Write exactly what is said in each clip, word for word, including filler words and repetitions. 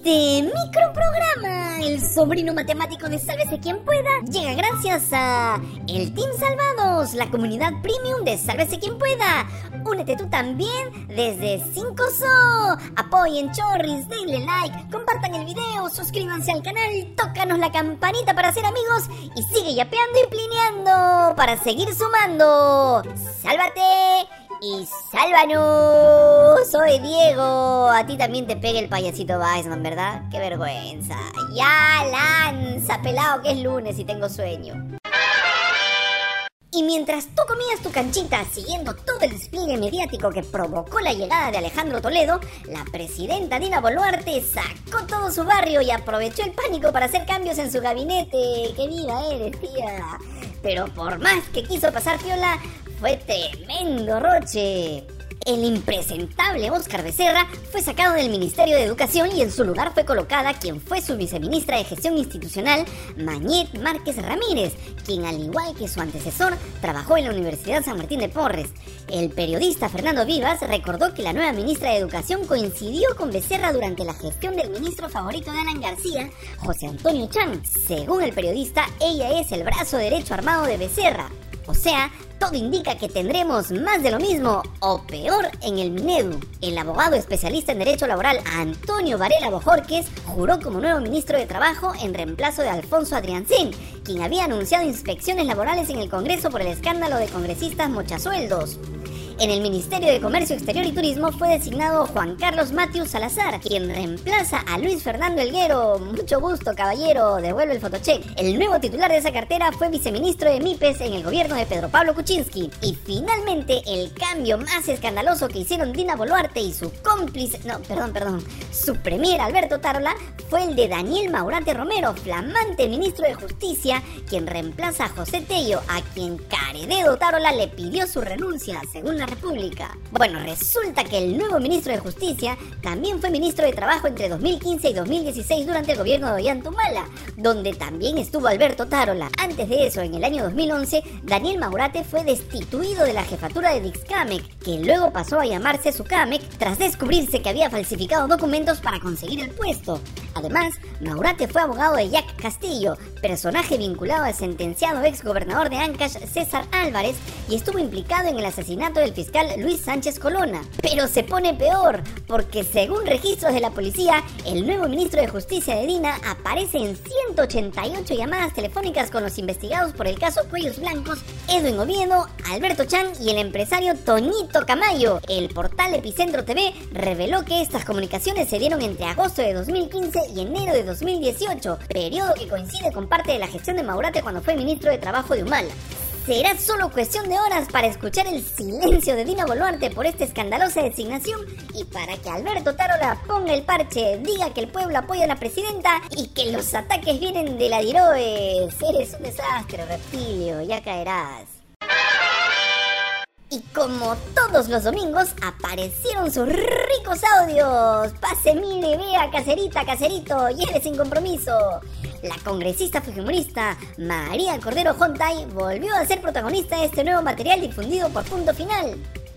Este microprograma, el sobrino matemático de Sálvese Quien Pueda, llega gracias a el Team Salvados, la comunidad premium de Sálvese Quien Pueda. Únete tú también desde cinco so. Apoyen, chorris, denle like, compartan el video, suscríbanse al canal, tócanos la campanita para ser amigos y sigue yapeando y plineando para seguir sumando. ¡Sálvate! Y sálvanos, soy Diego. A ti también te pega el payasito Weisman, ¿verdad? ¡Qué vergüenza! Ya lanza, pelado, que es lunes y tengo sueño. Y mientras tú comías tu canchita siguiendo todo el despliegue mediático que provocó la llegada de Alejandro Toledo, la presidenta Dina Boluarte sacó todo su barrio y aprovechó el pánico para hacer cambios en su gabinete. ¡Qué viva eres, tía! Pero por más que quiso pasar piola, fue tremendo roche. El impresentable Óscar Becerra fue sacado del Ministerio de Educación y en su lugar fue colocada quien fue su viceministra de Gestión Institucional, Mañet Márquez Ramírez, quien al igual que su antecesor trabajó en la Universidad San Martín de Porres. El periodista Fernando Vivas recordó que la nueva ministra de Educación coincidió con Becerra durante la gestión del ministro favorito de Alan García, José Antonio Chan. Según el periodista, ella es el brazo derecho armado de Becerra. O sea, todo indica que tendremos más de lo mismo o peor en el Minedu. El abogado especialista en Derecho Laboral Antonio Varela Bojorquez juró como nuevo ministro de Trabajo en reemplazo de Alfonso Adriancén, quien había anunciado inspecciones laborales en el Congreso por el escándalo de congresistas mochasueldos. En el Ministerio de Comercio Exterior y Turismo fue designado Juan Carlos Matius Salazar, quien reemplaza a Luis Fernando Helguero. Mucho gusto, caballero, devuelve el fotocheck. El nuevo titular de esa cartera fue viceministro de MIPES en el gobierno de Pedro Pablo Kuczynski. Y finalmente, el cambio más escandaloso que hicieron Dina Boluarte y su cómplice, no, perdón, perdón, su premier Alberto Tarola, fue el de Daniel Maurate Romero, flamante ministro de Justicia, quien reemplaza a José Tello, a quien Carededo Tarola le pidió su renuncia, según la República. Bueno, resulta que el nuevo ministro de Justicia también fue ministro de Trabajo entre dos mil quince y dos mil dieciséis durante el gobierno de Ollantumala, donde también estuvo Alberto Tarola. Antes de eso, en el año dos mil once, Daniel Maurate fue destituido de la jefatura de Dixcamec, que luego pasó a llamarse Sucamec tras descubrirse que había falsificado documentos para conseguir el puesto. Además, Maurate fue abogado de Jack Castillo, personaje vinculado al sentenciado ex gobernador de Ancash, César Álvarez, y estuvo implicado en el asesinato del fiscal Luis Sánchez Colonna. Pero se pone peor, porque según registros de la policía, el nuevo ministro de Justicia de Dina aparece en ciento ochenta y ocho llamadas telefónicas con los investigados por el caso Cuellos Blancos, Edwin Oviedo, Alberto Chan y el empresario Toñito Camayo. El portal Epicentro T V reveló que estas comunicaciones se dieron entre agosto de dos mil quince y enero de dos mil dieciocho, periodo que coincide con parte de la gestión de Maurate cuando fue ministro de Trabajo de Humala. Será solo cuestión de horas para escuchar el silencio de Dina Boluarte por esta escandalosa designación y para que Alberto Tarola ponga el parche, diga que el pueblo apoya a la presidenta y que los ataques vienen de la Diroes. Eres un desastre, reptilio, ya caerás. Y como todos los domingos, aparecieron sus ricos audios. Pase, mire, vea, caserita, caserito, lleve sin compromiso. La congresista fujimorista María Cordero Jontay volvió a ser protagonista de este nuevo material difundido por Punto Final.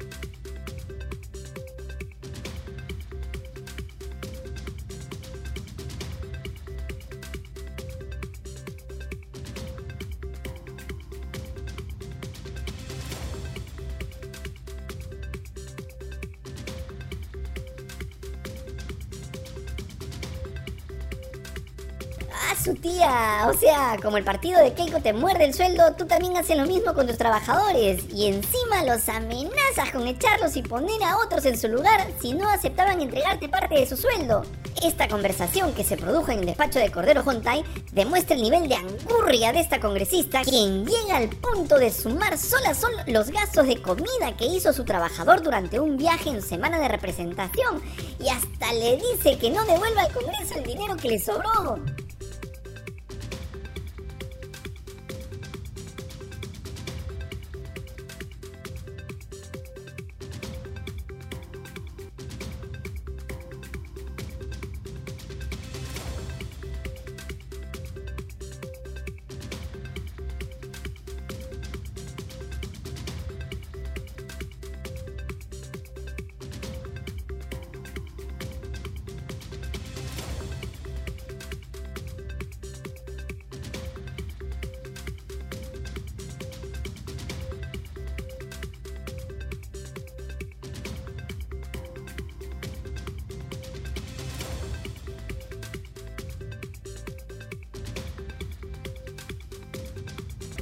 Ah, su tía, o sea, como el partido de Keiko te muerde el sueldo, tú también haces lo mismo con tus trabajadores y encima los amenazas con echarlos y poner a otros en su lugar si no aceptaban entregarte parte de su sueldo. Esta conversación que se produjo en el despacho de Cordero Jontay demuestra el nivel de angurria de esta congresista, quien llega al punto de sumar sola a sol los gastos de comida que hizo su trabajador durante un viaje en semana de representación y hasta le dice que no devuelva al Congreso el dinero que le sobró.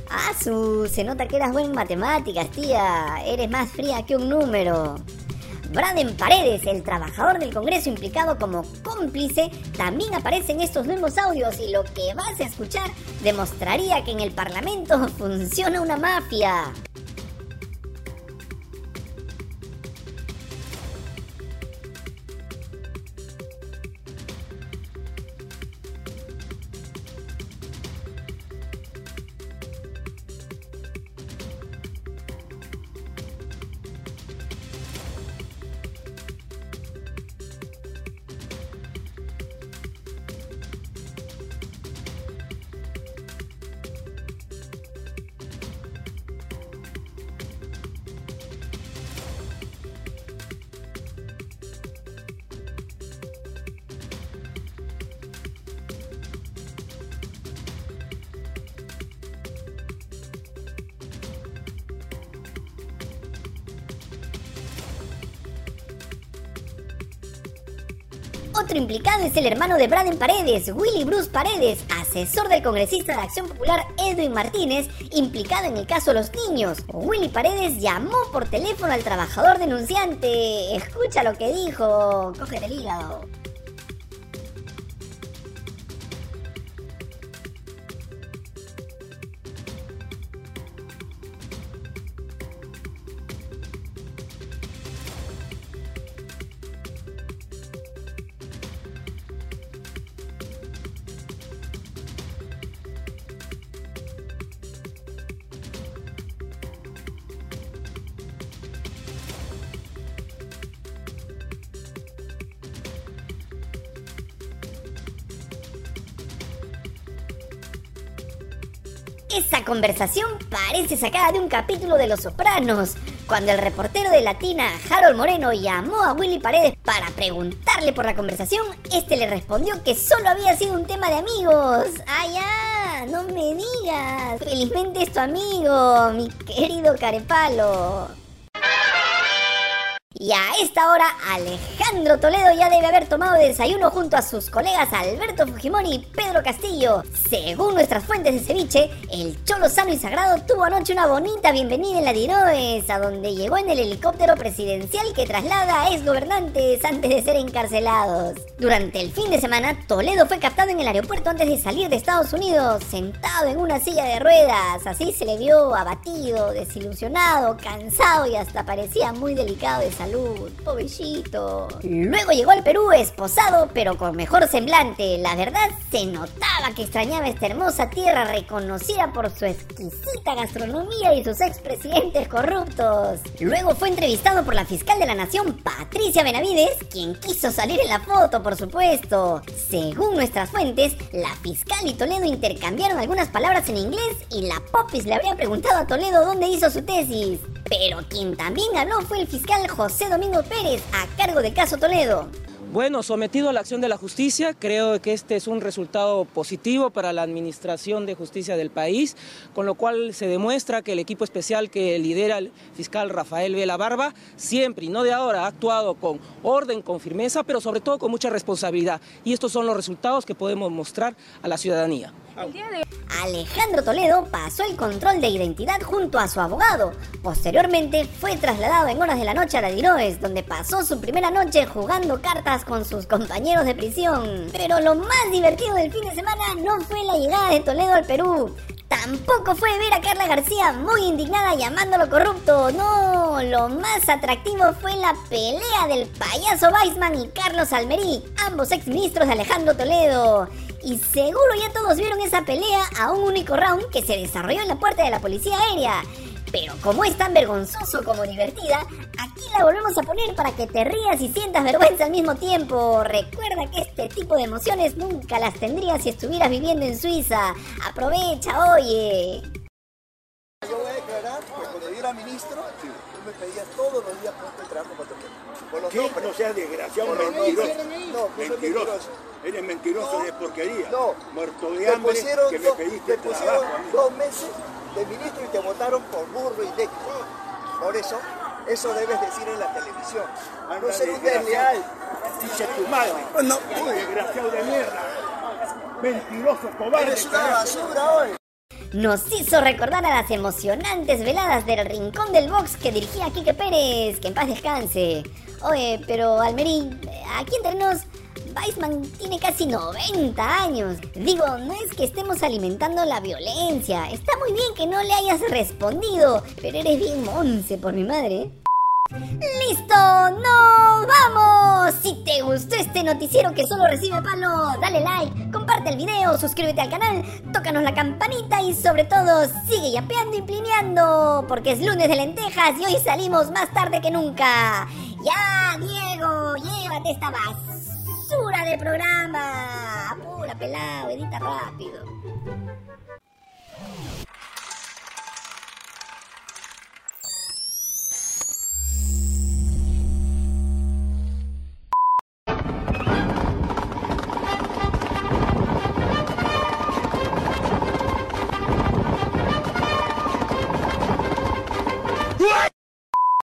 Ah, su, se nota que eras buena en matemáticas, tía. Eres más fría que un número. Braden Paredes, el trabajador del Congreso implicado como cómplice, también aparece en estos nuevos audios y lo que vas a escuchar demostraría que en el Parlamento funciona una mafia. Otro implicado es el hermano de Braden Paredes, Willy Bruce Paredes, asesor del congresista de Acción Popular Edwin Martínez, implicado en el caso de los niños. Willy Paredes llamó por teléfono al trabajador denunciante. Escucha lo que dijo. Cógete el hígado. Esa conversación parece sacada de un capítulo de Los Sopranos, cuando el reportero de Latina, Harold Moreno, llamó a Willy Paredes para preguntarle por la conversación. Este le respondió que solo había sido un tema de amigos. ¡Ah, ya! ¡No me digas! Felizmente es tu amigo, mi querido Carepalo. Y a esta hora, Alejandro Toledo ya debe haber tomado desayuno junto a sus colegas Alberto Fujimori y Pedro Castillo. Según nuestras fuentes de ceviche, el Cholo Sano y Sagrado tuvo anoche una bonita bienvenida en la Diroes, a donde llegó en el helicóptero presidencial que traslada a exgobernantes antes de ser encarcelados. Durante el fin de semana, Toledo fue captado en el aeropuerto antes de salir de Estados Unidos, sentado en una silla de ruedas. Así se le vio abatido, desilusionado, cansado y hasta parecía muy delicado de salud. Pobrecito. Luego llegó al Perú esposado, pero con mejor semblante. La verdad, se notaba que extrañaba esta hermosa tierra reconocida por su exquisita gastronomía y sus expresidentes corruptos. Luego fue entrevistado por la fiscal de la Nación, Patricia Benavides, quien quiso salir en la foto, por supuesto. Según nuestras fuentes, la fiscal y Toledo intercambiaron algunas palabras en inglés y la Popis le habría preguntado a Toledo dónde hizo su tesis. Pero quien también habló fue el fiscal José Domingo Pérez, a cargo del caso Toledo. Bueno, sometido a la acción de la justicia, creo que este es un resultado positivo para la administración de justicia del país, con lo cual se demuestra que el equipo especial que lidera el fiscal Rafael Vela Barba, siempre y no de ahora, ha actuado con orden, con firmeza, pero sobre todo con mucha responsabilidad. Y estos son los resultados que podemos mostrar a la ciudadanía. Alejandro Toledo pasó el control de identidad junto a su abogado. Posteriormente fue trasladado en horas de la noche a la Diroes, donde pasó su primera noche jugando cartas con sus compañeros de prisión. Pero lo más divertido del fin de semana no fue la llegada de Toledo al Perú. Tampoco fue ver a Carla García muy indignada llamándolo corrupto. No, lo más atractivo fue la pelea del payaso Weissman y Carlos Almerí, ambos exministros de Alejandro Toledo. Y seguro ya todos vieron esa pelea a un único round que se desarrolló en la puerta de la policía aérea. Pero como es tan vergonzoso como divertida, aquí la volvemos a poner para que te rías y sientas vergüenza al mismo tiempo. Recuerda que este tipo de emociones nunca las tendrías si estuvieras viviendo en Suiza. Aprovecha, oye. Yo voy a declarar que cuando yo era ministro, sí, tú me pedías todos los días puesto de trabajo para tu gente. Por los ¿Qué? nombres. No seas desgraciado, No, mentiroso. No, no, no soy mentiroso. mentiroso. Eres mentiroso No, de porquería. No. Muerto de Te hambre pusieron que me do- pediste te pusieron trabajo. a mí. dos meses de ministro y te votaron por burro y de... Por eso, eso debes decir en la televisión. Anda, No ser un desgraciado. desleal. Dice tu madre. No, Uy, desgraciado de mierda. Mentiroso, cobarde. eres una carajo. basura hoy. nos hizo recordar a las emocionantes veladas del Rincón del Box que dirigía Quique Pérez, que en paz descanse. Oye, pero Almerín, aquí entre nos, Weissman tiene casi noventa años. Digo, no es que estemos alimentando la violencia. Está muy bien que no le hayas respondido, pero eres bien monce, por mi madre. ¡Listo! ¡Nos vamos! Si te gustó este noticiero que solo recibe palo, dale like, comparte el video, suscríbete al canal, tócanos la campanita y sobre todo sigue yapeando y plineando, porque es lunes de lentejas y hoy salimos más tarde que nunca. ¡Ya, Diego! ¡Llévate esta basura de programa! ¡Apura, pelado! ¡Edita rápido!